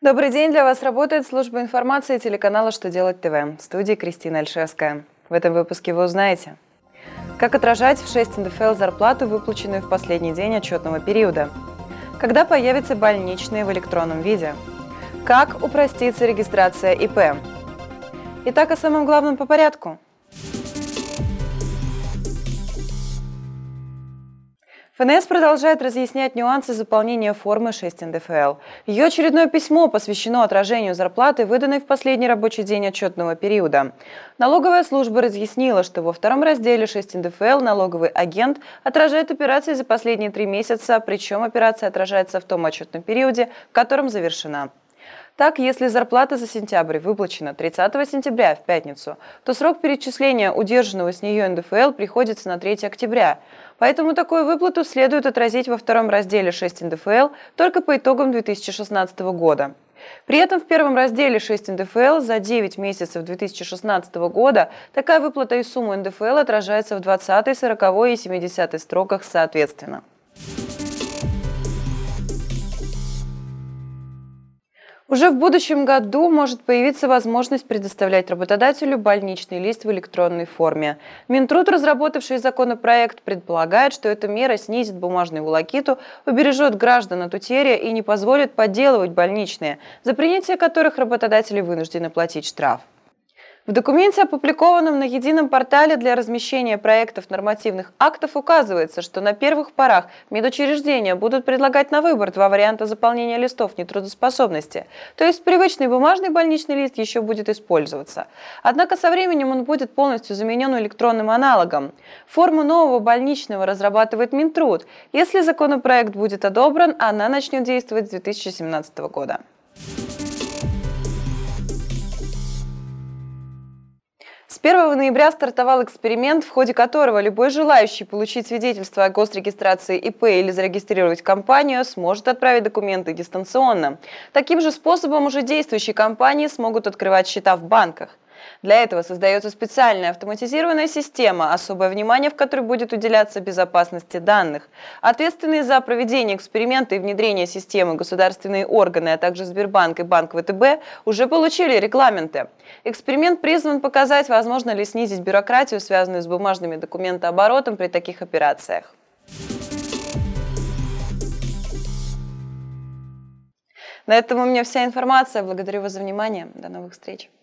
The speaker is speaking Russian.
Добрый день, для вас работает служба информации телеканала «Что делать ТВ». В студии Кристина Альшевская. В этом выпуске вы узнаете, как отражать в 6 НДФЛ зарплату, выплаченную в последний день отчетного периода, когда появятся больничные в электронном виде, как упростится регистрация ИП. Итак, о самом главном по порядку. ФНС продолжает разъяснять нюансы заполнения формы 6 НДФЛ. Ее очередное письмо посвящено отражению зарплаты, выданной в последний рабочий день отчетного периода. Налоговая служба разъяснила, что во втором разделе 6 НДФЛ налоговый агент отражает операции за последние 3 месяца, причем операция отражается в том отчетном периоде, в котором завершена. Так, если зарплата за сентябрь выплачена 30 сентября в пятницу, то срок перечисления удержанного с нее НДФЛ приходится на 3 октября. Поэтому такую выплату следует отразить во втором разделе 6 НДФЛ только по итогам 2016 года. При этом в первом разделе 6 НДФЛ за 9 месяцев 2016 года такая выплата и сумма НДФЛ отражается в 20, 40 и 70 строках соответственно. Уже в будущем году может появиться возможность предоставлять работодателю больничный лист в электронной форме. Минтруд, разработавший законопроект, предполагает, что эта мера снизит бумажную волокиту, убережет граждан от утери и не позволит подделывать больничные, за принятие которых работодатели вынуждены платить штраф. В документе, опубликованном на едином портале для размещения проектов нормативных актов, указывается, что на первых порах медучреждения будут предлагать на выбор 2 варианта заполнения листов нетрудоспособности, то есть привычный бумажный больничный лист еще будет использоваться. Однако со временем он будет полностью заменен электронным аналогом. Форму нового больничного разрабатывает Минтруд. Если законопроект будет одобрен, она начнет действовать с 2017 года. С 1 ноября стартовал эксперимент, в ходе которого любой желающий получить свидетельство о госрегистрации ИП или зарегистрировать компанию сможет отправить документы дистанционно. Таким же способом уже действующие компании смогут открывать счета в банках. Для этого создается специальная автоматизированная система, особое внимание в которой будет уделяться безопасности данных. Ответственные за проведение эксперимента и внедрение системы государственные органы, а также Сбербанк и Банк ВТБ уже получили регламенты. Эксперимент призван показать, возможно ли снизить бюрократию, связанную с бумажными документооборотом при таких операциях. На этом у меня вся информация. Благодарю вас за внимание. До новых встреч.